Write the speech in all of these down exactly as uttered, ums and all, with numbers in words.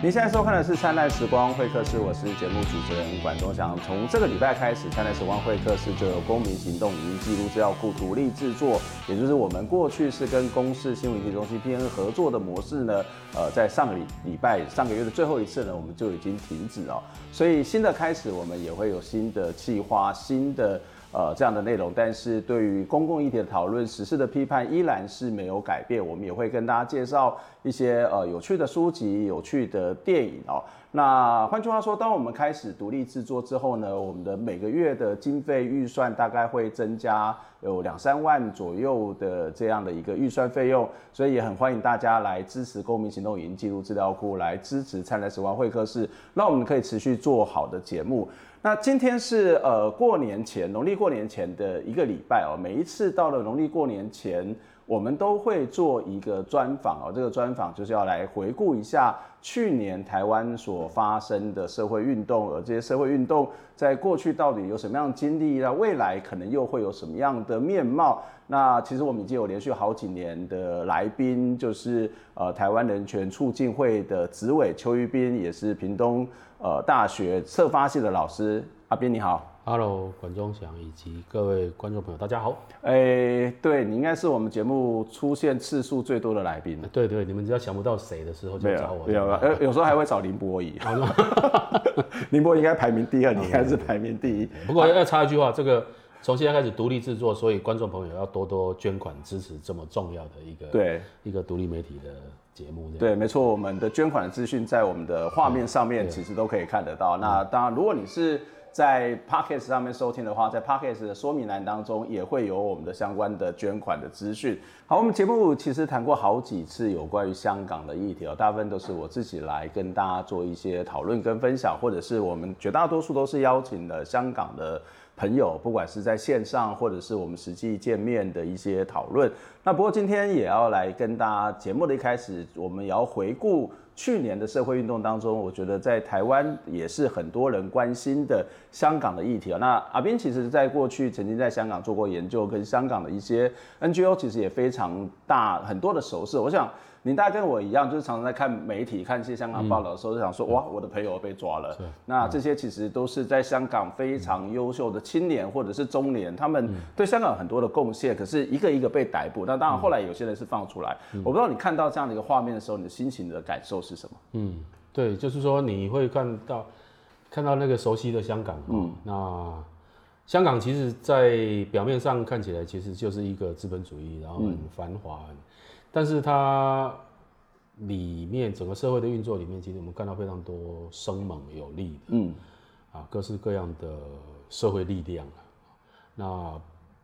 您现在收看的是《灿烂时光会客室》，我是节目主持人管中祥。从这个礼拜开始，《灿烂时光会客室》就有公民行动影音记录资料库独立制作，也就是我们过去是跟公视新闻媒体中心 P N 合作的模式呢，呃，在上个礼礼拜上个月的最后一次呢，我们就已经停止哦。所以新的开始，我们也会有新的计划、新的。呃，这样的内容，但是对于公共议题的讨论、时事的批判依然是没有改变。我们也会跟大家介绍一些呃有趣的书籍、有趣的电影哦。那换句话说，当我们开始独立制作之后呢，我们的每个月的经费预算大概会增加有两三万左右的这样的一个预算费用，所以也很欢迎大家来支持公民行动影音记录资料库，来支持灿烂时光会客室，让我们可以持续做好的节目。那今天是呃过年前，农历过年前的一个礼拜哦。每一次到了农历过年前，我们都会做一个专访哦。这个专访就是要来回顾一下去年台湾所发生的社会运动，而这些社会运动在过去到底有什么样的经历，那未来可能又会有什么样的面貌？那其实我们已经有连续好几年的来宾，就是呃台湾人权促进会的执委邱玉彬，也是屏东呃大学社发系的老师。阿彬你好。 Hello， 管中祥以及各位观众朋友，大家好。 哎、欸，对你应该是我们节目出现次数最多的来宾。 对对，你们只要想不到谁的时候就找我。 没有，没有，有时候还会找林柏仪。林柏仪应该排名第二，你应该是排名第一。 不过要插一句话，这个从现在开始独立制作，所以观众朋友要多多捐款支持这么重要的一个对一个独立媒体的节目。 对，没错，我们的捐款的资讯在我们的画面上面其实都可以看得到。那当然，如果你是在 Podcast 上面收听的话，在 Podcast 的说明栏当中也会有我们的相关的捐款的资讯。好，我们节目其实谈过好几次有关于香港的议题哦，大部分都是我自己来跟大家做一些讨论跟分享，或者是我们绝大多数都是邀请了香港的朋友，不管是在线上或者是我们实际见面的一些讨论。那不过今天也要来跟大家，节目的一开始，我们也要回顾去年的社会运动当中，我觉得在台湾也是很多人关心的香港的议题。那阿彬其实在过去曾经在香港做过研究，跟香港的一些 N G O 其实也非常大很多的熟识。我想您大概跟我一样，就是常常在看媒体、看一些香港报道的时候，就想说，哇，我的朋友被抓了。那这些其实都是在香港非常优秀的青年或者是中年，他们对香港有很多的贡献，可是一个一个被逮捕。那当然后来有些人是放出来。我不知道你看到这样的一个画面的时候，你的心情的感受是什么？ 嗯，对，就是说你会看到看到那个熟悉的香港。嗯，那香港其实在表面上看起来其实就是一个资本主义，然后很繁华，嗯、但是它里面整个社会的运作里面，其实我们看到非常多生猛有力的，嗯，啊，各式各样的社会力量。那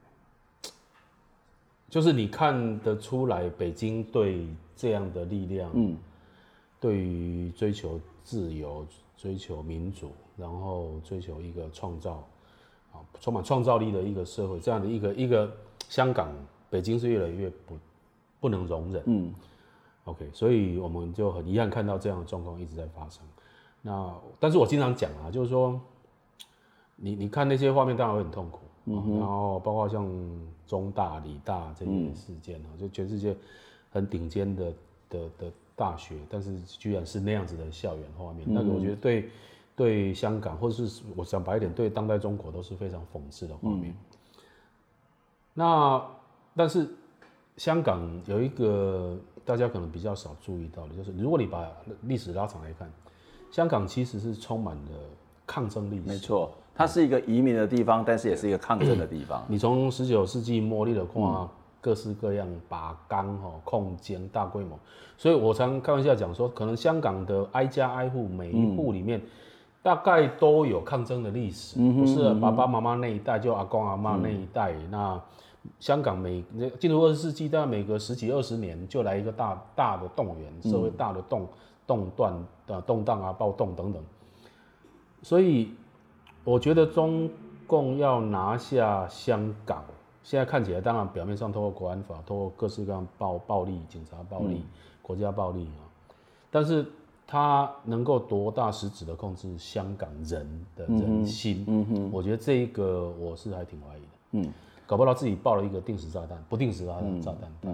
就是你看得出来，北京对这样的力量，嗯，对于追求自由、追求民主，然后追求一个创造，啊，充满创造力的一个社会，这样的一个一个香港、北京是越来越不不能容忍，嗯 ，OK， 所以我们就很遗憾看到这样的状况一直在发生。那但是我经常讲啊，就是说，你你看那些画面，当然会很痛苦。嗯、然后包括像中大、理大这些事件啊，嗯、就全世界很顶尖的的的大学，但是居然是那样子的校园画面，嗯、那个我觉得对对香港，或者是我想白一点，对当代中国都是非常讽刺的画面。嗯、那但是香港有一个大家可能比较少注意到的，就是如果你把历史拉长来看，香港其实是充满了抗争历史。 没错。它是一个移民的地方，但是也是一个抗争的地方。 你从十九世纪末，你就看各式各样把钢、吼控奸大规模，所以我常开玩笑讲说，可能香港的挨家挨户每一户里面，嗯、大概都有抗争的历史，嗯、不是爸爸妈妈那一代，就阿公阿嬷那一代。嗯、那香港每进入二十世纪，大概每隔十几二十年就来一个大大的动员，社会大的动动乱、呃动荡啊、暴动等等，所以。我觉得中共要拿下香港，现在看起来，当然表面上透过国安法，透过各式各样暴暴力、警察暴力、嗯、国家暴力啊，但是他能够多大实质的控制香港人的人心？嗯哼，我觉得这一个我是还挺怀疑的。嗯，搞不到自己爆了一个定时炸弹、不定时炸弹、炸弹，他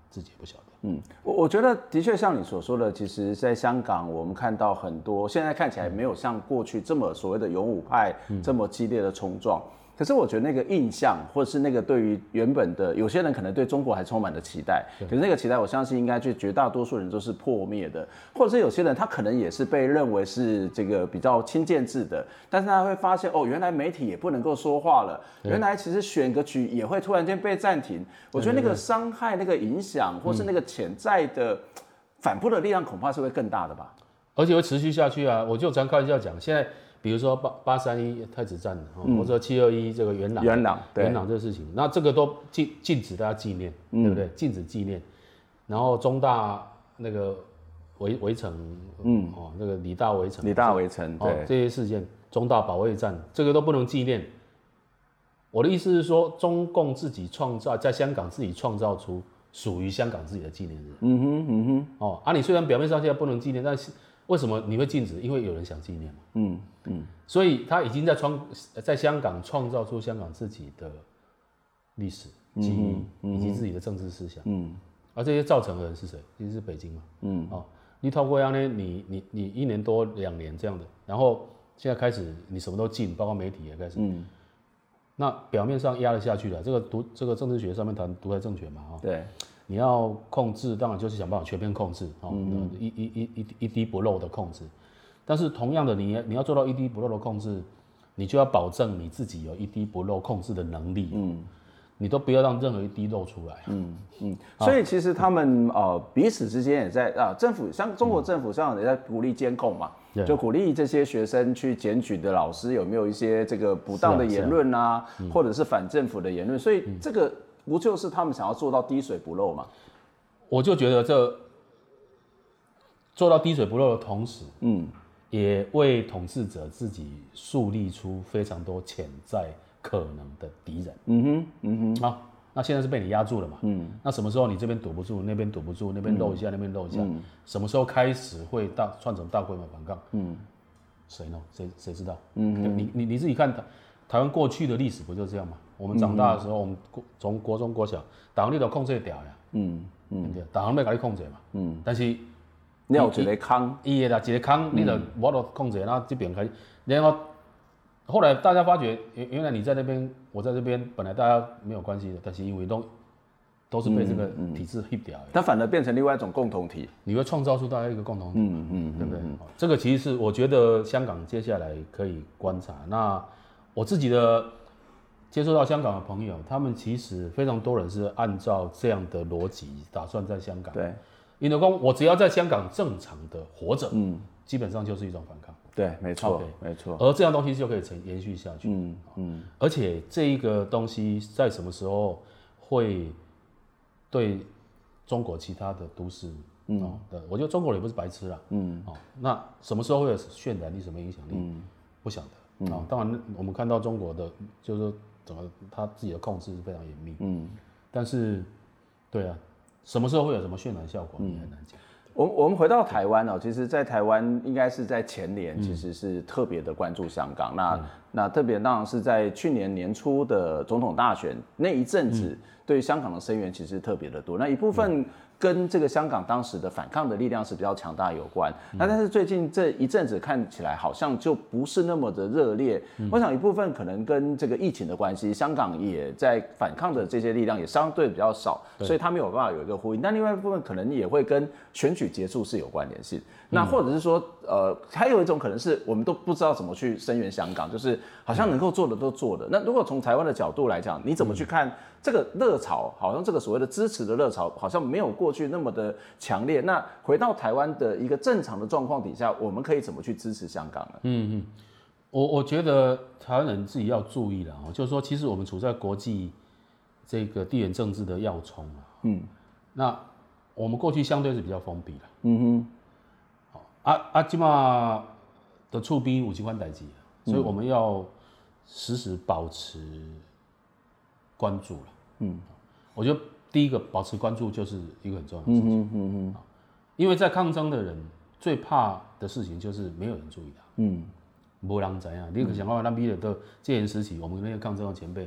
自己也不晓得。 嗯，我我觉得的确像你所说的，其实在香港我们看到很多，现在看起来没有像过去这么所谓的勇武派、嗯、这么激烈的冲撞。可是我觉得那个印象，或是那个对于原本的有些人可能对中国还充满了期待，可是那个期待，我相信应该就绝大多数人都是破灭的，或者是有些人他可能也是被认为是这个比较亲建制的，但是他会发现哦，原来媒体也不能够说话了，原来其实选个举也会突然间被暂停。我觉得那个伤害、那个影响，或是那个潜在的反扑的力量，恐怕是会更大的吧。 而且会持续下去啊！我就常开玩笑讲，现在。比如说八八三一太子站，嗯、或者七二一这个元朗， 元朗元朗这个事情，那这个都禁禁止大家纪念，嗯、对不对？禁止纪念。然后中大那个围围城，嗯，哦，那个理大围城， 理大围城，对、 哦，这些事件，中大保卫战，这个都不能纪念。我的意思是说，中共自己创造，在香港自己创造出属于香港自己的纪念日。 嗯哼，嗯哼。 哦，啊，你虽然表面上现在不能纪念，但是。为什么你会禁止？因为有人想纪念嘛。嗯嗯，所以他已经在创在香港创造出香港自己的历史记忆、嗯、以及自己的政治思想。嗯，而这些造成的人是谁？其实是北京嘛。嗯，哦，你透过这样呢，你你你一年多两年这样的，然后现在开始你什么都禁，包括媒体也开始。嗯，那表面上压得下去了，这个独这个政治学上面谈独裁政权嘛，哈。 对。 你要控制，当然就是想办法全面控制，哦，嗯、一一一一一滴不漏的控制。但是同样的你，你你要做到一滴不漏的控制，你就要保证你自己有一滴不漏控制的能力。嗯，你都不要让任何一滴漏出来。嗯嗯。所以其实他们呃彼此之间也在啊，政府像中国政府上也在鼓励监控嘛，嗯、就鼓励这些学生去检举的老师有没有一些这个不当的言论啊，啊啊或者是反政府的言论。所以这个。不就是他们想要做到滴水不漏吗？ 我就觉得这做到滴水不漏的同时，嗯，也为统治者自己树立出非常多潜在可能的敌人。嗯哼，嗯哼，好，那现在是被你压住了嘛？嗯，那什么时候你这边堵不住，那边堵不住，那边漏一下，嗯、那边漏一下，嗯、什么时候开始会大串成大规模反抗？嗯，谁呢？谁谁知道？嗯，你你你自己看台台湾过去的历史不就这样吗？我们长大的时候，我们从国中、国小，打行你都控制得掉呀，嗯嗯，对，打行要给你控制嘛，嗯，但是你有一个坑， 伊的啦，一个坑，你就我都控制，然后这边开始，然后后来大家发觉，原原来你在那边，我在这边，本来大家没有关系的，但是因为都都是被这个体制 hit 掉， 它反而变成另外一种共同体， 你会创造出大家一个共同体，嗯嗯，对不对？这个其实是我觉得香港接下来可以观察。那我自己的。接触到香港的朋友，他们其实非常多人是按照这样的逻辑打算在香港。 对， 因为我只要在香港正常的活着，嗯，基本上就是一种反抗。 对，没错， okay, 没错。 而这样东西就可以成延续下去。嗯嗯。而且这一个东西在什么时候会对中国其他的都市，嗯，哦、我觉得中国人也不是白痴啦。嗯。哦，那什么时候会有渲染力、什么影响力？嗯，不晓得。嗯、哦，当然我们看到中国的就是说。整个他自己的控制是非常严密，嗯，但是，对啊，什么时候会有什么渲染效果，你很难讲。 我我们回到台湾哦，其实，在台湾应该是在前年，其实是特别的关注香港。嗯、那那特别当然是在去年年初的总统大选那一阵子，对香港的声援其实特别的多。那一部分。嗯跟这个香港当时的反抗的力量是比较强大有关，那但是最近这一阵子看起来好像就不是那么的热烈。我想一部分可能跟这个疫情的关系，香港也在反抗的这些力量也相对比较少，所以他没有办法有一个呼应。但另外一部分可能也会跟选举结束是有关联性。那或者是说，呃，还有一种可能是我们都不知道怎么去声援香港，就是好像能够做的都做的。那如果从台湾的角度来讲，你怎么去看这个热潮？好像这个所谓的支持的热潮，好像没有过去那么的强烈。那回到台湾的一个正常的状况底下，我们可以怎么去支持香港呢？ 嗯嗯，我我觉得台湾人自己要注意了哦，就是说，其实我们处在国际这个地缘政治的要冲啊。嗯，那我们过去相对是比较封闭的。嗯哼。啊啊，即马的厝边有这款代志，所以我们要时时保持关注了。嗯，我觉得第一个保持关注就是一个很重要的事情。嗯嗯嗯，因为在抗争的人最怕的事情就是没有人注意他。嗯，没人知啊，你可想看咱比如到戒严时期，我们那个抗争的前辈，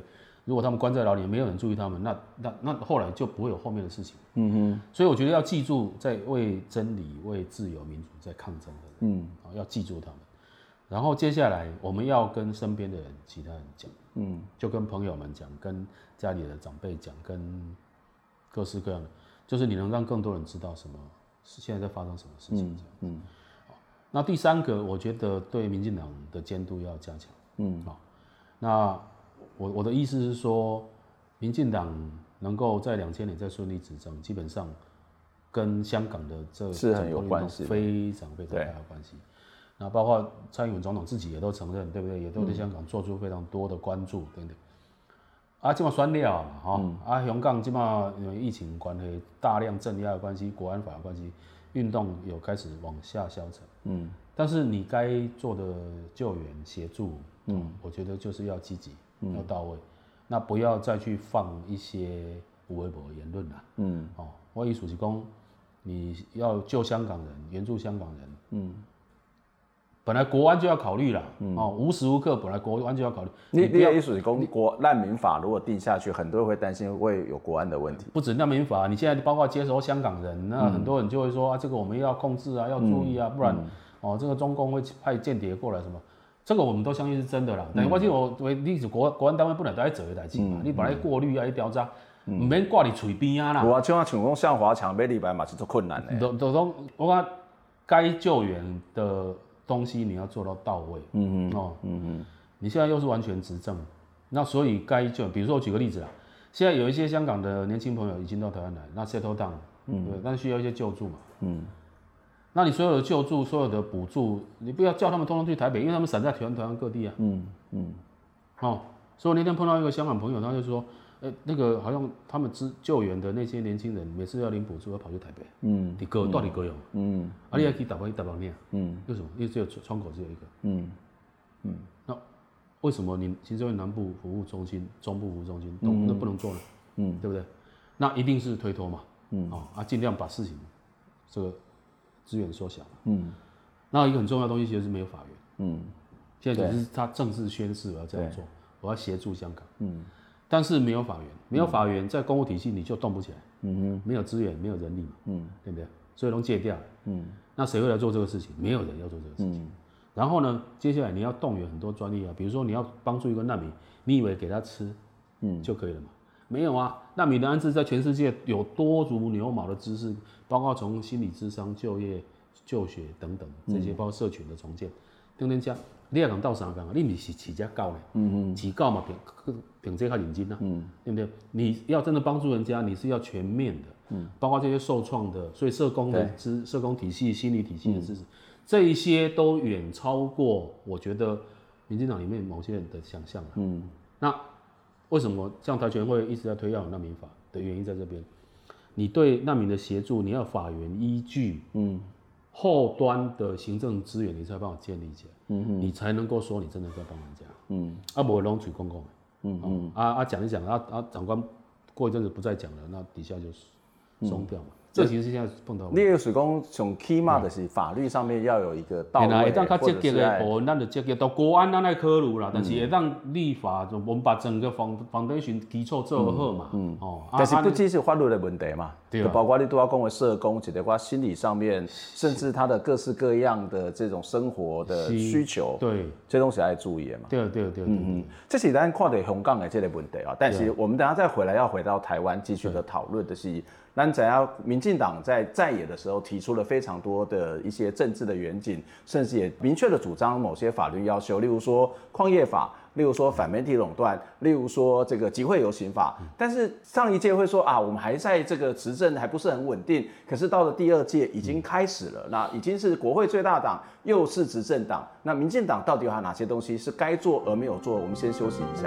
如果他们关在牢里，没有人注意他们，那那那后来就不会有后面的事情。 嗯哼， 所以我觉得要记住，在为真理、为自由、民主在抗争的人，嗯，要记住他们。然后接下来我们要跟身边的人、其他人讲，嗯，就跟朋友们讲，跟家里的长辈讲，跟各式各样的，就是你能让更多人知道什么现在在发生什么事情。嗯，嗯那第三个，我觉得对民进党的监督要加强。嗯，好，那我我的意思是说，民进党能够在两千年再顺利执政，基本上跟香港的这是很有关系， 非常非常大的关系。那包括蔡英文总统自己也都承认，对不对？也都对香港做出非常多的关注，等等。啊，这么选了嘛，哈、嗯，啊，香港这么因为疫情关系，大量镇压的关系，国安法的关系，运动有开始往下消沉。嗯，但是你该做的救援协助，嗯，我觉得就是要积极，嗯、要到位，那不要再去放一些无微博的言论啦。嗯，哦，我意思是讲，你要救香港人，援助香港人，嗯。本来国安就要考虑了，嗯、哦，无时无刻本来国安就要考虑。 你你的意思是讲，国难民法如果定下去，很多人会担心会有国安的问题。 不止难民法，你现在包括接收香港人，那很多人就会说啊，这个我们要控制啊，要注意啊，不然、嗯、哦，这个中共会派间谍过来什么，这个我们都相信是真的啦。但是我记得我为历史国国安单位本来都在做的代志嘛，你本来过滤啊，去调查，唔免挂你嘴边啊啦。 有啊，像啊，像讲向华强要礼拜嘛是做困难的。 都都都，我讲该救援的东西你要做到到位，嗯嗯哦，嗯嗯，你现在又是完全执政，那所以该救，比如说我举个例子啦，现在有一些香港的年轻朋友已经到台湾来，那 settle down， 嗯，对，但需要一些救助嘛，嗯，那你所有的救助、所有的补助，你不要叫他们通通去台北，因为他们散在台湾、台湾各地啊，嗯嗯，哦，所以我那天碰到一个香港朋友，他就说，哎、欸，那个好像他们支救援的那些年轻人，每次要领补助要跑去台北，嗯，你哥到底哥用，嗯，啊，你还可以打包一打包念，嗯，为什么？因为只有窗口只有一个，嗯嗯，那为什么你行政院南部服务中心、中部服务中心都、嗯、那不能做呢？嗯，对不对？那一定是推脱嘛，嗯，哦啊，尽量把事情这个资源缩小嘛，嗯，那一个很重要的东西其实是没有法源，嗯，现在只是他正式宣誓我要这样做，我要协助香港，嗯。但是没有法源，没有法源，在公务体系你就动不起来。嗯哼，没有资源，没有人力嘛。嗯，对不对？所以都戒掉了。嗯，那谁会来做这个事情？没有人要做这个事情。嗯，然后呢，接下来你要动员很多专利啊，比如说你要帮助一个难民，你以为给他吃，嗯，就可以了嘛？没有啊，难民的安置在全世界有多如牛毛的知识，包括从心理咨商、就业、就学等等这些，包括社群的重建，等等加。你也讲到啥讲啊？你不是饲只狗呢？嗯嗯，饲狗嘛，凭凭这较认真啊，嗯，对不对？你要真的帮助人家，你是要全面的，嗯，包括这些受创的，所以社工的知、社工体系、心理体系的知识，嗯、这一些都远超过我觉得民进党里面某些人的想象啊。嗯，那为什么像台全会一直在推要有难民法的原因在这边？你对难民的协助，你要有法源依据，嗯。后端的行政资源，你才帮我建立起来，嗯嗯，你才能够说你真的在帮人家，嗯，啊，不会拢嘴公公的，嗯嗯，啊啊讲一讲，啊啊长官过一阵子不再讲了，那底下就松掉嘛。嗯、这其实现在碰到。你有是讲从起码的是法律上面要有一个到位，或者是。 积极的部分，咱就积极。到国安咱来考虑啦，但是会当立法，就我们把整个防防灾群基础做好嘛。嗯, 嗯哦， 但是不只是法律的问题嘛，就包括你都要讲的社工，一个心理上面，甚至他的各式各样的这种生活的需求， 对， 这东西要注意的嘛。 对对对，嗯嗯， 这是咱看到香港的这个问题啊。但是我们等一下再回来，要回到台湾继续的讨论的是。咱知影民进党在在野的时候提出了非常多的一些政治的远景，甚至也明确的主张某些法律要求，例如说矿业法，例如说反媒体垄断，例如说这个集会游行法。但是上一届会说啊，我们还在这个执政还不是很稳定，可是到了第二届已经开始了，那已经是国会最大党，又是执政党，那民进党到底有哪些东西是该做而没有做？我们先休息一下。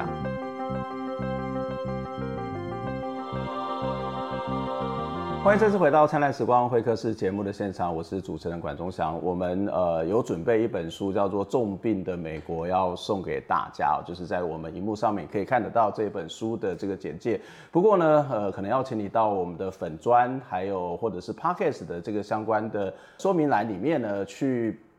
欢迎再次回到灿烂时光会客室节目的现场，我是主持人管中祥。我们呃有准备一本书，叫做《重病的美国》，要送给大家，就是在我们荧幕上面可以看得到这本书的这个简介。不过呢，呃，可能要请你到我们的粉专，还有或者是 Podcast 的这个相关的说明栏里面呢去。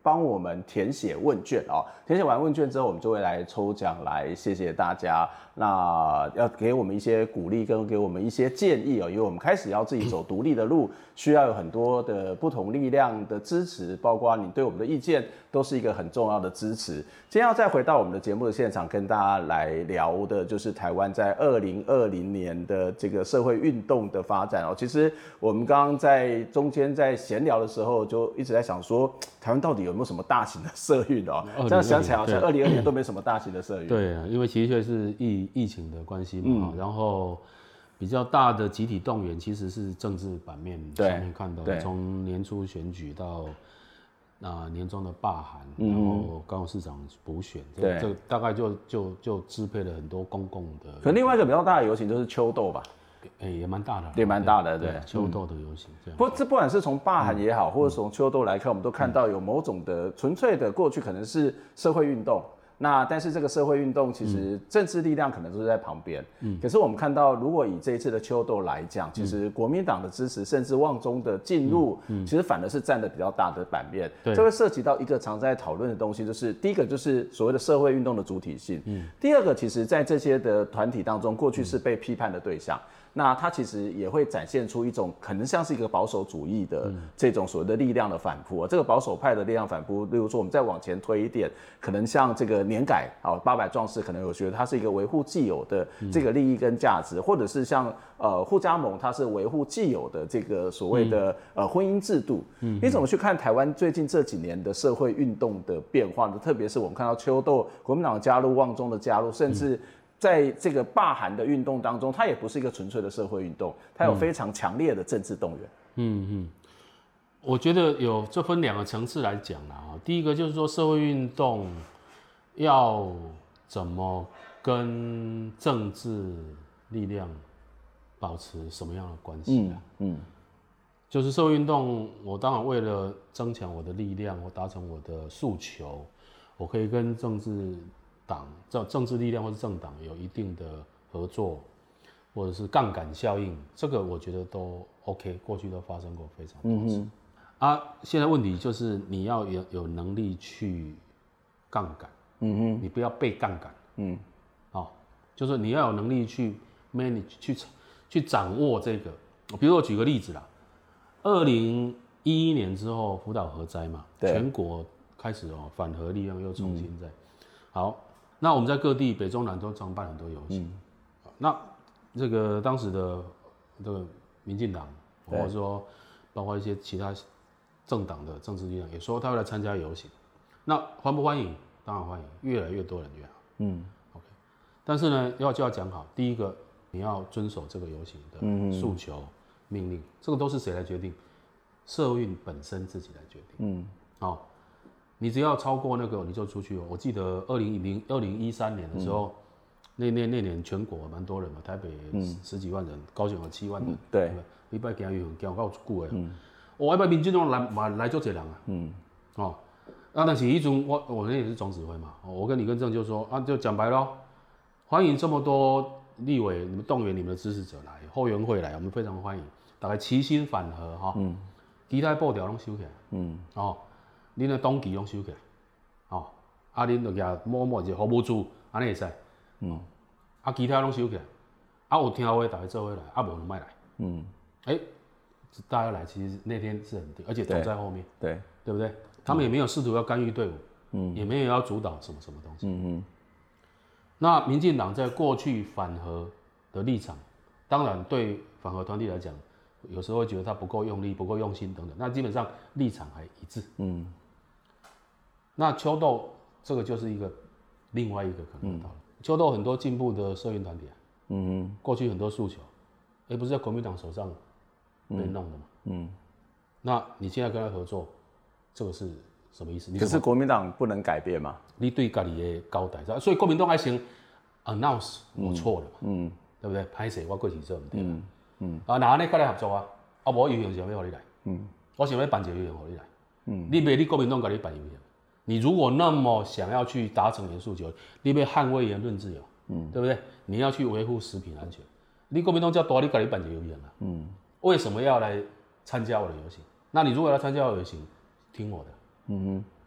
帮我们填写问卷哦。填写完问卷之后，我们就会来抽奖，来谢谢大家。那要给我们一些鼓励，跟给我们一些建议哦，因为我们开始要自己走独立的路，需要有很多的不同力量的支持，包括你对我们的意见，都是一个很重要的支持。今天要再回到我们的节目的现场，跟大家来聊的就是台湾在二零二零年的这个社会运动的发展哦。其实我们刚刚在中间在闲聊的时候，就一直在想说，台湾到底有没有什么大型的社运哦？这样想起来，好像二零二零年都没什么大型的社运。 对啊，因为的确是疫疫情的关系嘛，嗯、然后比较大的集体动员其实是政治版面上面看到的，从年初选举到啊年中的罢韩，嗯、然后高雄市长补选，这这大概就就就支配了很多公共的。 可另外一个比较大的游行就是秋斗吧。 哎、欸，也蛮大的， 也蛮大的，对，对秋斗的游行这样。 不，这不管是从罢韩也好，嗯、或者从秋斗来看，我们都看到有某种的纯粹的过去可能是社会运动。那但是这个社会运动其实政治力量可能都是在旁边，嗯，可是我们看到，如果以这一次的秋斗来讲，其实国民党的支持，甚至旺中的进入，嗯，其实反而是占的比较大的版面。对，这会涉及到一个常在讨论的东西，就是第一个就是所谓的社会运动的主体性，嗯，第二个其实在这些的团体当中，过去是被批判的对象。那它其实也会展现出一种可能像是一个保守主义的这种所谓的力量的反扑、啊。这个保守派的力量反扑，例如说我们再往前推一点，可能像这个年改啊，八百壮士可能有觉得它是一个维护既有的这个利益跟价值，或者是像呃护家盟，它是维护既有的这个所谓的呃婚姻制度。你怎么去看台湾最近这几年的社会运动的变化呢？特别是我们看到秋斗国民党的加入、旺中的加入，甚至在这个罢韩的运动当中，它也不是一个纯粹的社会运动，它有非常强烈的政治动员。嗯嗯， 我觉得有这分两个层次来讲啦。第一个就是说社会运动要怎么跟政治力量保持什么样的关系啊？嗯，嗯就是社会运动，我当然为了增强我的力量，我达成我的诉求，我可以跟政治党、政治力量或是政党有一定的合作，或者是杠杆效应，这个我觉得都 OK， 过去都发生过非常多次。嗯、啊，现在问题就是你要有有能力去杠杆，嗯哼，你不要被杠杆，嗯，好、哦，就是你要有能力去 manage 去去掌握这个。比如我举个例子啦，二零一一年之后福岛核灾嘛，全国开始哦反核力量又重新在、嗯、好。那我们在各地北中南都常办很多游行、嗯，那这个当时的这个民进党，或者说包括一些其他政党的政治力量，也说他会来参加游行。那欢不欢迎？当然欢迎，越来越多人越好。嗯 ，OK。但是呢，要就要讲好，第一个你要遵守这个游行的诉求、嗯、命令，这个都是谁来决定？社运本身自己来决定。嗯，好、哦。你只要超过那个，你就出去哦。我记得二零零二零一三年的时候，嗯、那那那年全国蛮多人嘛，台北十几万人，嗯、高雄有七万人。嗯、对，礼拜行游行，行到久的。嗯，我一般民进党来嘛来做这人啊。嗯，哦，啊，但是一种我我那也是总指挥嘛，我跟李根正就说啊，就讲白咯，欢迎这么多立委，你们动员你们的支持者来，后援会来，我们非常欢迎，大家齐心反核哈。嗯，其他布条拢收起来。嗯，哦。恁的党旗拢收起来，哦，啊，恁就举某某一个服务处，安尼会使，嗯，啊，其他拢收起来，啊，有听话大家做伙来，啊，无就莫来，嗯，哎、欸，大家来，其实那天是很定，而且走在后面，对， 对， 对不对？他们也没有试图要干预队伍，嗯，也没有要主导什么什么东西，嗯哼。那民进党在过去反核的立场，当然对反核团体来讲，有时候会觉得他不够用力、不够用心等等，那基本上立场还一致，嗯。那秋斗这个就是一个另外一个可能到了。嗯、秋斗很多进步的社运团体啊，嗯哼，过去很多诉求，哎、欸，不是在国民党手上被弄的嘛，嗯，那你现在跟他合作，这个是什么意思？ 可是国民党不能改变嘛？ 你对家己的交代，所以国民党还先 announce 我错了嘛，嗯，对不对？拍谁我过去做唔对，嗯嗯，啊，那安尼跟你合作啊，啊，无游行想要互你来，嗯，我想要办一个游行互你来，嗯，你袂你国民党甲你办游行。你如果那么想要去达成你的诉求，你要捍卫言论自由，嗯，对不对？你要去维护食品安全，你国民党叫多，你自己办一个游行啊，嗯，为什么要来参加我的游行？那你如果要参加我的游行，听我的，嗯哼，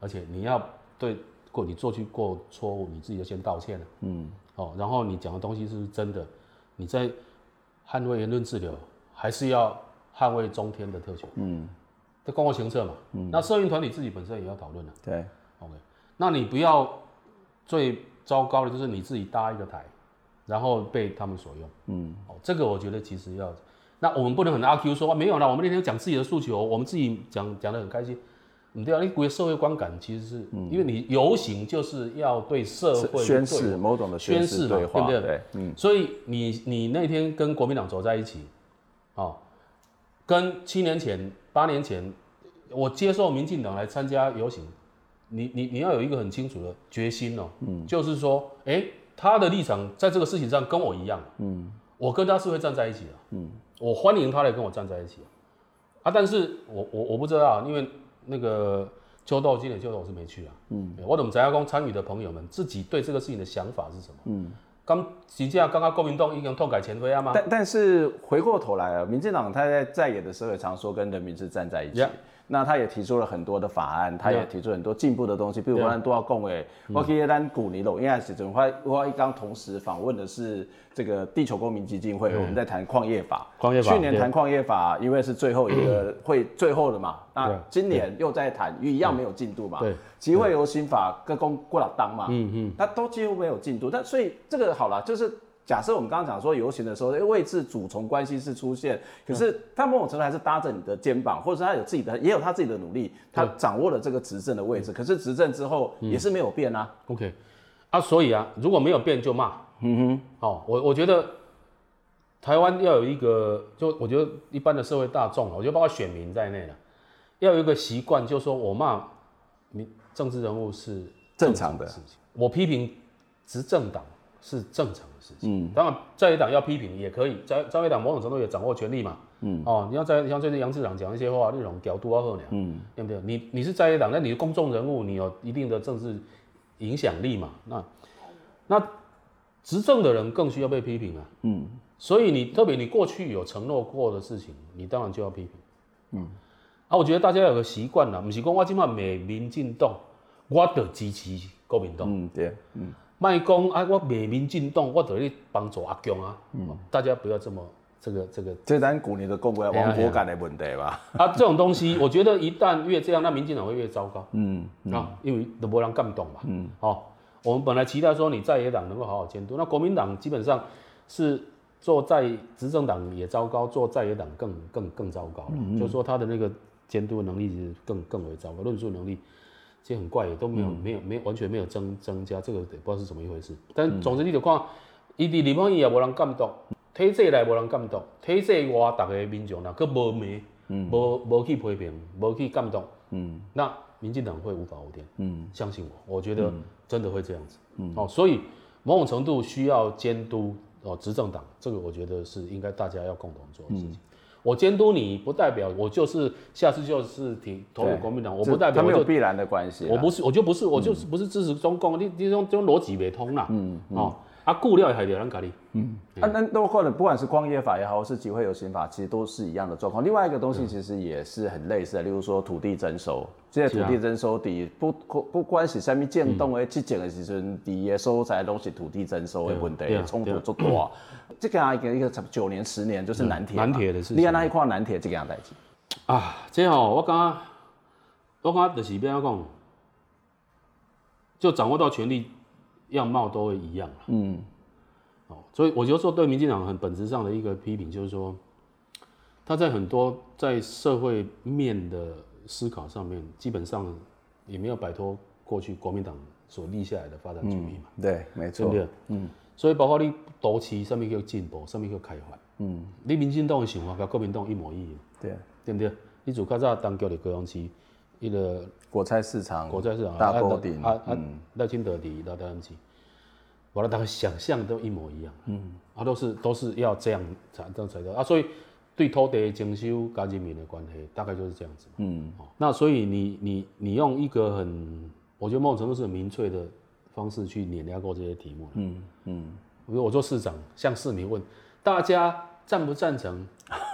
而且你要对过你做去过错误，你自己就先道歉了。嗯，哦，然后你讲的东西是不是真的？你在捍卫言论自由，还是要捍卫中天的特权？嗯，这公共行策嘛。嗯，那社运团体自己本身也要讨论了。 对 ，OK， 那你不要最糟糕的就是你自己搭一个台，然后被他们所用。嗯，哦，这个我觉得其实要，那我们不能很阿 Q 说、啊、没有啦，我们那天讲自己的诉求，我们自己讲讲得很开心。你对啊，你整个社会观感其实是，嗯、因为你游行就是要对社会宣示某种的宣示对话， 对不对？对，嗯，所以你你那天跟国民党走在一起，哦，跟七年前、八年前，我接受民进党来参加游行，你你你要有一个很清楚的决心哦，嗯，就是说，哎，他的立场在这个事情上跟我一样，嗯，我跟他是会站在一起的，嗯，我欢迎他来跟我站在一起，啊，但是我我我不知道，因为。那个秋豆今年秋豆我是没去啊，嗯，我怎么翟亚公参与的朋友们自己对这个事情的想法是什么？嗯，刚实际上刚刚国民党已经痛改前非啊吗？ 但但是回过头来啊，民进党他在在野的时候也常说跟人民是站在一起。Yeah. 那他也提出了很多的法案，他也提出很多进步的东西，比如说咱都要讲诶，我记得咱古尼楼应该是阵，我我一刚同时访问的是这个地球公民基金会，我们在谈矿业法， 矿业法， 去年谈矿业法，因为是最后一个会最后的嘛，那今年又在谈，一样没有进度嘛，对，集会游行法各公过了当嘛，嗯嗯，那都几乎没有进度，但所以这个好了，就是。假设我们刚刚讲说游行的时候，位置主从关系是出现，可是他某种程度还是搭着你的肩膀，或者是他有自己的，也有他自己的努力，他掌握了这个执政的位置。可是执政之后也是没有变啊。 嗯、OK， 啊，所以啊，如果没有变就骂。嗯哼，哦，我我觉得台湾要有一个，就我觉得一般的社会大众，我觉得包括选民在内了，要有一个习惯，就是说我骂政治人物是正常的事情，我批评执政党是正常的事情。嗯，当然在野党要批评也可以，在在野党某种程度也掌握权力嘛。嗯，哦，你要在像最近杨志长讲一些话，那种角度要好呢。嗯，对不对？你你是在野党，那你是公众人物，你有一定的政治影响力嘛？那那执政的人更需要被批评啊。嗯，所以你特别你过去有承诺过的事情，你当然就要批评。嗯，啊，我觉得大家有个习惯啦，不是讲我今晚美民进党，我就支持国民党。嗯，对，嗯。卖讲啊，我美民进党，我得去帮助阿强啊。嗯，大家不要这么这个这个。 这咱古年的讲过王国感的问题吧。 啊，这种东西，我觉得一旦越这样，那民进党会越糟糕。嗯，嗯啊，因为都没人敢动嘛。嗯，哦，我们本来期待说你在野党能够好好监督，那国民党基本上是做在执政党也糟糕，做在野党更更更糟糕了。嗯嗯就是说他的那个监督能力是更更为糟糕，论述能力。其实很怪，也都没有、嗯、没有没有完全没有增增加，这个也不知道是怎么一回事。但总之你就看，伊伫立法院也无人监督，体制内无人监督，体制外大家民众若佮无骂，无无去批评，无去监督，嗯，那民进党会无法无天。嗯，相信我，我觉得真的会这样子。嗯，哦，所以某种程度需要监督哦执政党，这个我觉得是应该大家要共同做的事情。嗯我监督你，不代表我就是下次就是挺投给国民党，我不代表他没有必然的关系。 我不是，我就不是，我就是不是支持中共，你你这种这种逻辑没通啦。嗯，哦，啊，顾料也还得人家你。嗯， 啊，那那或者不管是矿业法也好，或是集会游行法，其实都是一样的状况。另外一个东西其实也是很类似的，例如说土地征收，这些土地征收底不不管是什么建动的基建的时阵，底的所在都是土地征收的问题，冲突足大。这个啊，一个一个九年十年就是南铁， 南铁的事情。 你看那一块南铁这个样代志啊，这吼我感觉，我感觉就是变要讲，就掌握到权力样貌都会一样了。嗯，哦，所以我就说对民进党很本质上的一个批评，就是说他在很多在社会面的思考上面，基本上也没有摆脱过去国民党所立下来的发展主义嘛。 嗯、对，没错。 对不对？嗯。所以包括你都市，什么叫进步，什么叫开发？嗯，你民进党的想法跟国民党一模一样， 对， 对不对？你自较早当局的高雄市，一个果菜市场， 果菜市场大锅顶， 啊啊，赖清德的到台湾市，完了大家想象都一模一样，嗯，啊都是都是要这样才这样才对啊，所以对土地的征收跟人民的关系大概就是这样子，嗯，哦，那所以你你你用一个很，我觉得某种程度是很民粹的方式去碾压过这些题目，嗯嗯，比如我做市长，向市民问大家赞不赞成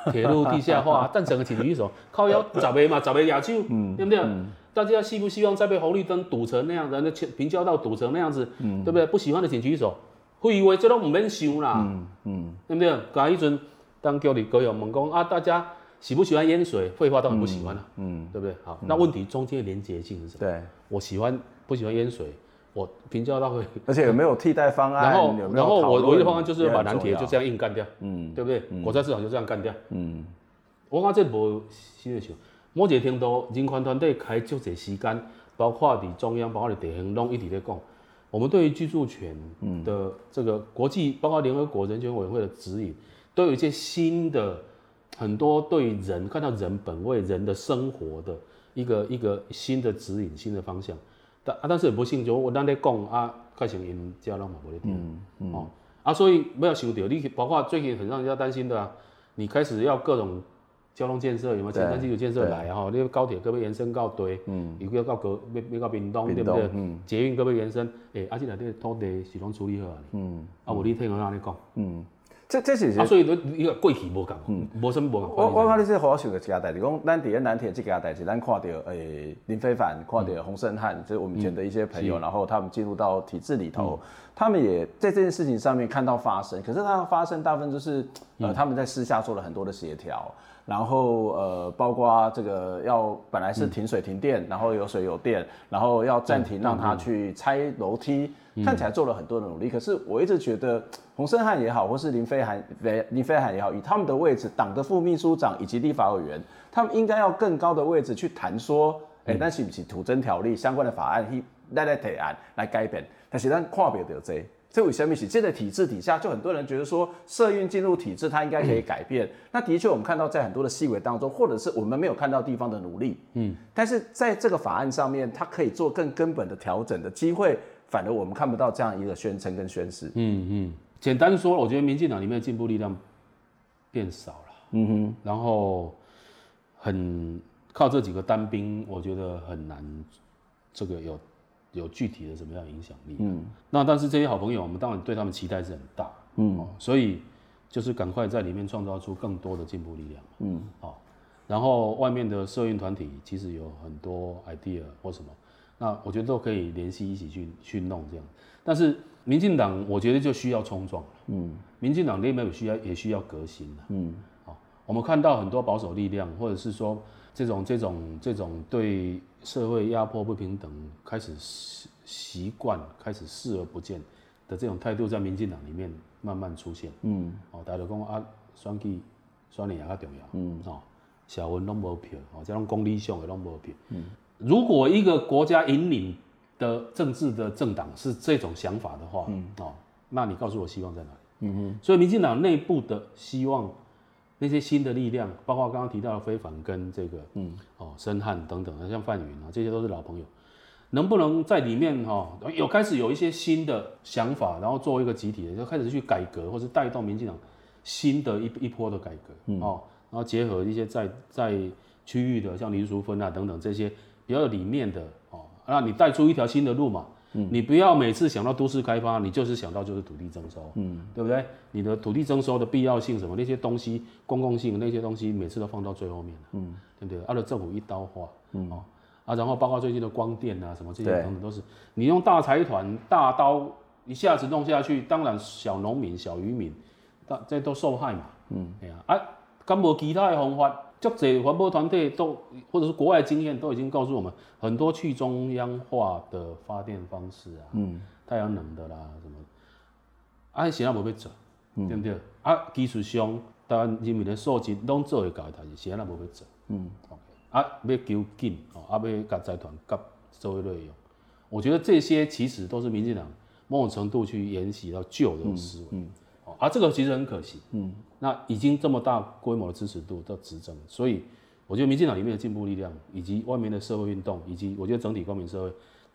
铁路地下化，但整个体育手靠腰十个嘛，十个亚洲，对不对？大家希不希望再被红绿灯堵成那样，人的平交道堵成那样子，对不对？不喜欢的请举手，废话这都唔免想啦，对不对？刚迄阵当叫你高友问讲啊，大家喜不喜欢淹水？废话当然不喜欢了，嗯，对不对？好，那问题中间的连结性是什么？ 对， 我喜欢不喜欢淹水？我平交道会， 而且有没有替代方案？ 然后， 有有然后我唯一的方案就是把南铁就这样硬干掉，嗯，对不对？ 嗯、 国债市场就这样干掉，嗯，我讲这无新的想，某一个程度，人权团队开足侪时间，包括伫中央，包括伫地方，拢一直在讲，我们对于居住权的这个国际，包括联合国人权委员会的指引，都有一些新的很多对人看到人本位、人的生活的一个一个新的指引、新的方向。但啊，但是也不幸就我咱咧讲啊，改成因家人嘛无咧听，嗯嗯、哦啊，所以不要想到你包括最近很让人家担心的啊，你开始要各种交通建设有没有前瞻基础建设来哈？你高铁可不可以延伸到对，嗯，又要到高要要到屏东，对不对？嗯，捷运可不可以延伸？诶、欸，啊，这内底土地是拢处理好啊，嗯，啊，无你听我安尼讲，嗯。 这这是啊，所以你个过去无共，嗯，无什么无共。 我我看你这好想的一件代志，讲咱伫咧南铁这件代志，咱看到诶林非凡，看到洪胜汉，就是我们以前的一些朋友，嗯、然后他们进入到体制里头，嗯、他们也在这件事情上面看到发生，可是它发生大部分就是呃、嗯、他们在私下做了很多的协调。然后呃，包括这个要本来是停水停电，嗯、然后有水有电，然后要暂停让他去拆楼梯，嗯、看起来做了很多的努力。可是我一直觉得洪胜汉也好，或是林飞涵林飞涵也好，以他们的位置，党的副秘书长以及立法委员，他们应该要更高的位置去谈说，哎、欸，那是不是土增条例相关的法案去来来提案来改变？但是咱看不到这。这为什么是这个体制底下，就很多人觉得说社运进入体制，它应该可以改变。嗯、那的确，我们看到在很多的细微当中，或者是我们没有看到地方的努力，嗯，但是在这个法案上面，它可以做更根本的调整的机会，反而我们看不到这样一个宣称跟宣示。嗯嗯，简单说，我觉得民进党里面的进步力量变少了，嗯哼，然后很靠这几个单兵，我觉得很难，这个有。有具体的什么样的影响力？嗯，那但是这些好朋友，我们当然对他们期待是很大，嗯、哦，所以就是赶快在里面创造出更多的进步力量，嗯，好、哦，然后外面的社运团体其实有很多 idea 或什么，那我觉得都可以联系一起去去弄这样。但是民进党我觉得就需要冲撞了，嗯，民进党里面也需要也需要革新了，嗯，好、哦，我们看到很多保守力量，或者是说这种这种这种对社会压迫不平等开始习惯，开始视而不见的这种态度，在民进党里面慢慢出现。嗯，哦，大家就讲啊，选举选你也较重要。嗯，哦，小文拢无票，哦，这种公理上的拢无票。嗯，如果一个国家引领的政治的政党是这种想法的话，嗯，哦，那你告诉我希望在哪里？嗯哼，所以民进党内部的希望。那些新的力量，包括刚刚提到的非凡跟这个，嗯，哦，申汉等等，像范云啊，这些都是老朋友，能不能在里面哈、哦，有开始有一些新的想法，然后作为一个集体的，就开始去改革，或是带动民进党新的一一波的改革，嗯、哦，然后结合一些在在区域的，像林淑芬啊等等这些比较有理念的，哦，那你带出一条新的路嘛。嗯、你不要每次想到都市开发，你就是想到就是土地征收，嗯，对不对？你的土地征收的必要性什么那些东西，公共性那些东西，每次都放到最后面了，嗯，对不对？啊，的政府一刀划，嗯，哦，啊，然后包括最近的光电啊什么这些等等都是，你用大财团大刀一下子弄下去，当然小农民、小渔民，这都受害嘛，嗯，哎呀，啊，敢无其他的方法？足侪环保团队都，或者是国外经验都已经告诉我们，很多去中央化的发电方式啊，嗯，太阳能的啦，什么，啊，现在无要做，嗯、对不对？啊，技术上，台湾人民的素质拢做会到的代志，现在无要做，嗯 ，OK， 啊，要求紧，哦，啊，要甲财团甲社会内容，我觉得这些其实都是民进党某种程度去沿袭到旧的思维。嗯嗯啊，这个其实很可惜，嗯，那已经这么大规模的支持度到执政，所以我觉得民进党里面的进步力量，以及外面的社会运动，以及我觉得整体公民社会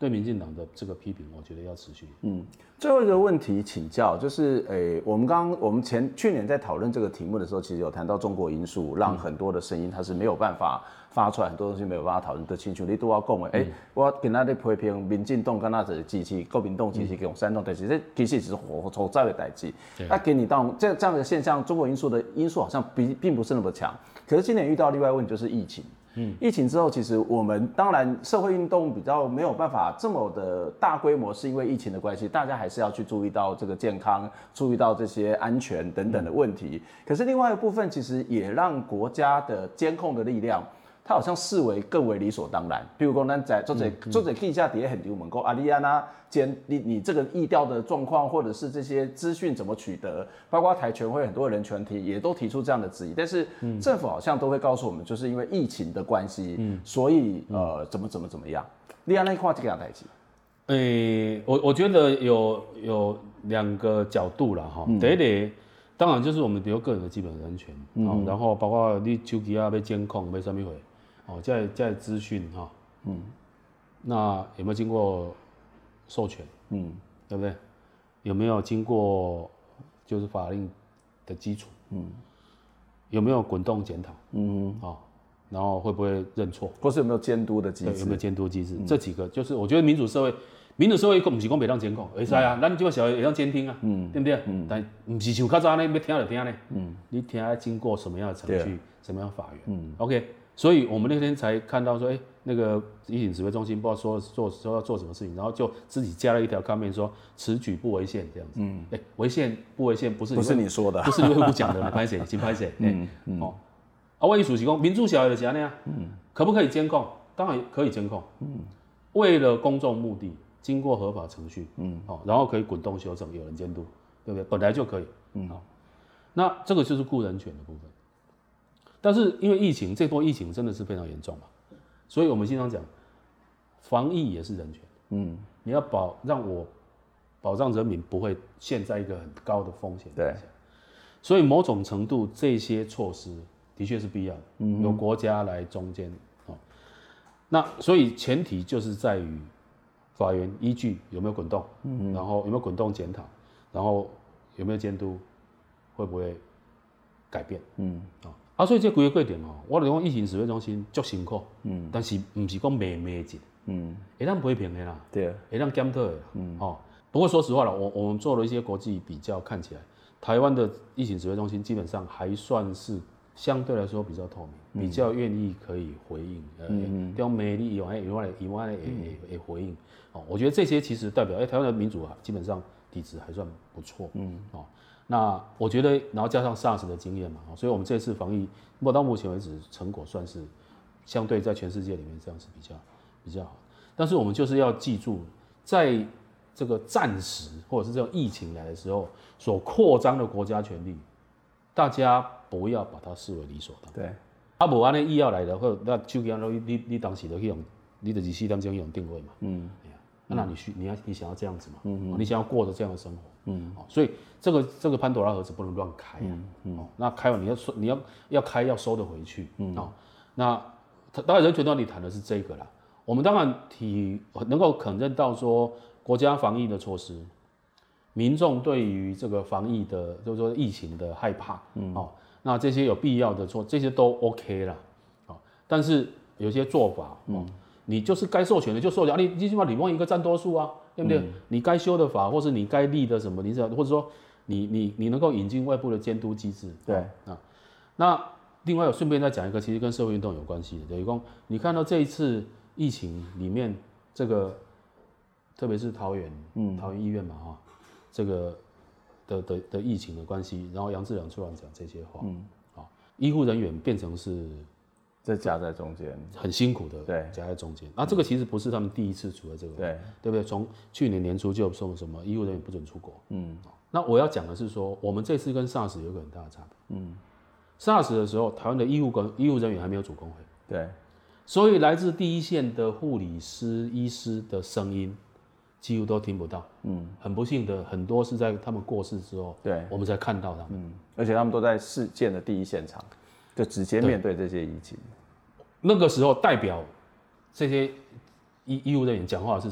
对民进党的这个批评，我觉得要持续。 嗯，最后一个问题请教，就是诶，我们刚我们前去年在讨论这个题目的时候，其实有谈到中国因素，让很多的声音它是没有办法发出来，很多东西没有办法讨论的清楚。你都要讲的，哎、欸，我跟他在批评民进党跟那个机器，国民党机器用煽动，但是这其实是火火灾的代志。那给你到这这样的现象，中国因素的因素好像并并不是那么强。可是今年遇到另外一个问题就是疫情。嗯，疫情之后，其实我们当然社会运动比较没有办法这么的大规模，是因为疫情的关系，大家还是要去注意到这个健康，注意到这些安全等等的问题。可是另外一部分，其实也让国家的监控的力量，它好像视为更为理所当然。比如说，咱在做者做者记者底下很丢门讲，啊，你安那监你你这个疫调的状况，或者是这些资讯怎么取得，包括台全会很多人权体也都提出这样的质疑，但是政府好像都会告诉我们，就是因为疫情的关系，嗯、所以呃怎么怎么怎么样。你安那看这个代志？ 诶、欸，我我觉得有有两个角度啦哈。嗯、第一个，当然就是我们比如个人的基本人权，嗯、喔，然后包括你手机啊要监控，要什么回，哦，在在资讯哈，嗯，那有没有经过授权？嗯，对不对？有没有经过就是法令的基础？嗯，有没有滚动检讨？嗯，哦，然后会不会认错？ 或是有没有监督的机制？ 有没有监督机制？嗯、这几个就是我觉得民主社会，民主社会不是讲袂当监控，会使啊，咱这个小会当监听啊，嗯，对不对？嗯，但不是像较早呢，要听就听呢，嗯，你听要经过什么样的程序，什么样的法院？嗯 ，OK。所以我们那天才看到说，哎、欸，那个疫情指挥中心不知道说做说要做什么事情，然后就自己加了一条 comment 说此举不违宪这样子。嗯，哎、欸，违宪不违宪不是不是你说的、啊， 不是卫福部讲的，拍谁，请拍谁。嗯嗯哦，啊，万一属实讲民主小孩的是安尼啊，嗯，可不可以监控？当然可以监控。嗯，为了公众目的，经过合法程序，嗯，哦，然后可以滚动修正，有人监督，对不对？本来就可以。嗯，好，那这个就是顾人权的部分。但是因为疫情，这波疫情真的是非常严重嘛，所以我们经常讲，防疫也是人权。嗯，你要保让我保障人民不会陷在一个很高的风险底下。对，所以某种程度这些措施的确是必要的，嗯、由国家来中间。哦，那所以前提就是在于法源依据有没有滚动，嗯、然后有没有滚动检讨，然后有没有监督，会不会改变？嗯，啊、哦。啊，所以这规个过程哦，我就讲疫情指挥中心足辛苦，嗯，但是不是讲美美级，嗯，会当批评的啦，对，会当检讨的，嗯，哦，不过说实话了，我我们做了一些国际比较，看起来台湾的疫情指挥中心基本上还算是相对来说比较透明，比较愿意可以回应，嗯，用美丽以外以外以外的也也回应，哦，我觉得这些其实代表，哎、欸，台湾的民主基本上底子还算不错，嗯，哦。那我觉得，然后加上 SARS 的经验嘛，所以我们这次防疫，不过到目前为止成果算是相对在全世界里面这样是比较比较好。但是我们就是要记住，在这个战时或者是这种疫情来的时候，所扩张的国家权力，大家不要把它视为理所当然。对，啊，无安尼医药来的，或者那手机安你你你当时就去用，你就是四点钟用定位嘛。嗯。那、啊、你需你要你想要这样子嘛？嗯嗯，你想要过着这样的生活，嗯，哦，所以这个这个潘多拉盒子不能乱开啊，嗯嗯，哦，那开完你要收你要要开要收得回去，嗯，哦，那当然人权端你谈的是这个啦，我们当然体能够肯认到说国家防疫的措施，民众对于这个防疫的就是说疫情的害怕，嗯，哦，那这些有必要的做这些都 OK 啦，哦，但是有些做法，嗯。你就是该授权的就授权，啊、你你起码你用一个占多数啊，对不对？嗯、你该修的法，或是你该立的什么，你或者说你你你能够引进外部的监督机制，对啊。那另外我顺便再讲一个，其实跟社会运动有关系的，等于说你看到这一次疫情里面，这个特别是桃园，嗯，桃园医院嘛哈，这个的的的疫情的关系，然后杨志良出来讲这些话，嗯，啊，医护人员变成是。 这夹在中间， 很辛苦的，对，夹在中间。那、啊、这个其实不是他们第一次出了这个，对，对不对？从去年年初就说什么医护人员不准出国，嗯。那我要讲的是说，我们这次跟 SARS 有一个很大的差别，嗯。SARS 的时候，台湾的医护跟医护人员还没有组工会，对，所以来自第一线的护理师、医师的声音几乎都听不到，嗯。很不幸的，很多是在他们过世之后，对，我们才看到他们，嗯。 而且他们都在事件的第一现场。就直接面对这些疫情， 那个时候代表这些医医务人员讲话的是谁？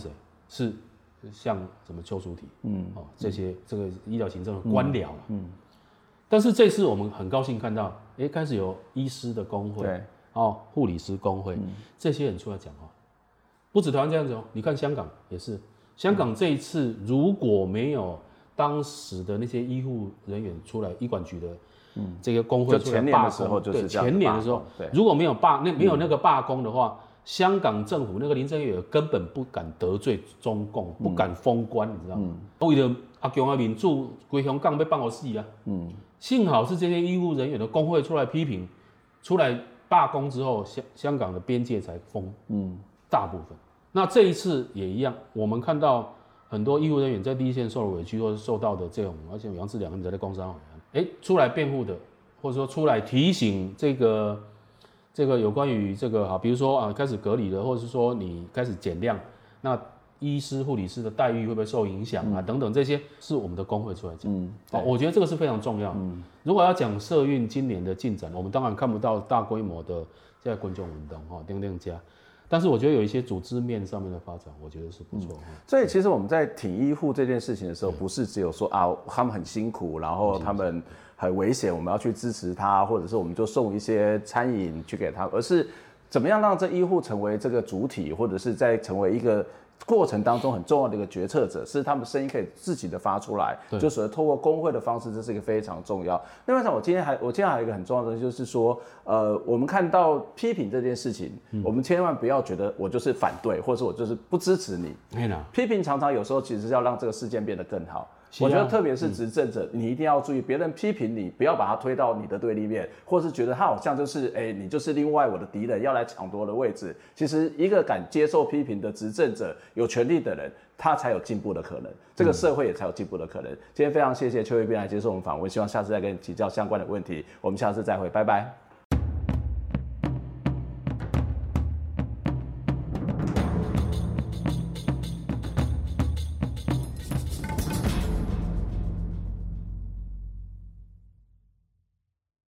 是像什么邱淑媞，嗯，哦，这些这个医疗行政的官僚、啊、嗯，但是这次我们很高兴看到，哎，开始有医师的工会，对，哦，护理师工会、嗯，这些人出来讲话，不止台湾这样子哦，你看香港也是，香港这一次如果没有当时的那些医护人员出来，医管局的。嗯，这个工会出来罢工，对，前年的时候，如果没有罢那没有那个罢工的话、嗯，香港政府那个林郑月娥根本不敢得罪中共，不敢封关，你知道吗？为了阿强啊民主，规香港被办好死啊。嗯，幸好是这些医护人员的工会出来批评，出来罢工之后，香香港的边界才封。嗯，大部分。那这一次也一样，我们看到很多医护人员在第一线受了委屈，或是受到的这种，而且杨志良你在工商。哎，出来辩护的，或者说出来提醒这个这个有关于这个啊，比如说啊开始隔离了，或者是说你开始减量，那医师、护理师的待遇会不会受影响啊？嗯、等等，这些是我们的工会出来讲。嗯，哦，我觉得这个是非常重要。嗯，如果要讲社运今年的进展，我们当然看不到大规模的现在群众运动哈，丁丁加。但是我觉得有一些组织面上面的发展，我觉得是不错、嗯。 所以其实我们在挺医护这件事情的时候，不是只有说啊他们很辛苦，然后他们很危险，我们要去支持他，或者是我们就送一些餐饮去给他，而是怎么样让这医护成为这个主体，或者是在成为一个过程当中很重要的一个决策者，是他们声音可以自己的发出来，就所谓透过工会的方式，这是一个非常重要。另外，我今天还我今天还有一个很重要的，就是说，呃，我们看到批评这件事情，嗯、我们千万不要觉得我就是反对，或者是我就是不支持你。批评常常有时候其实是要让这个事件变得更好。我觉得特别是执政者、嗯，你一定要注意，别人批评你，不要把他推到你的对立面，或是觉得他好像就是，哎、欸，你就是另外我的敌人，要来抢夺的位置。其实，一个敢接受批评的执政者，有权力的人，他才有进步的可能，这个社会也才有进步的可能。今天非常谢谢邱一斌来接受我们访问，希望下次再跟你请教相关的问题。我们下次再会，拜拜。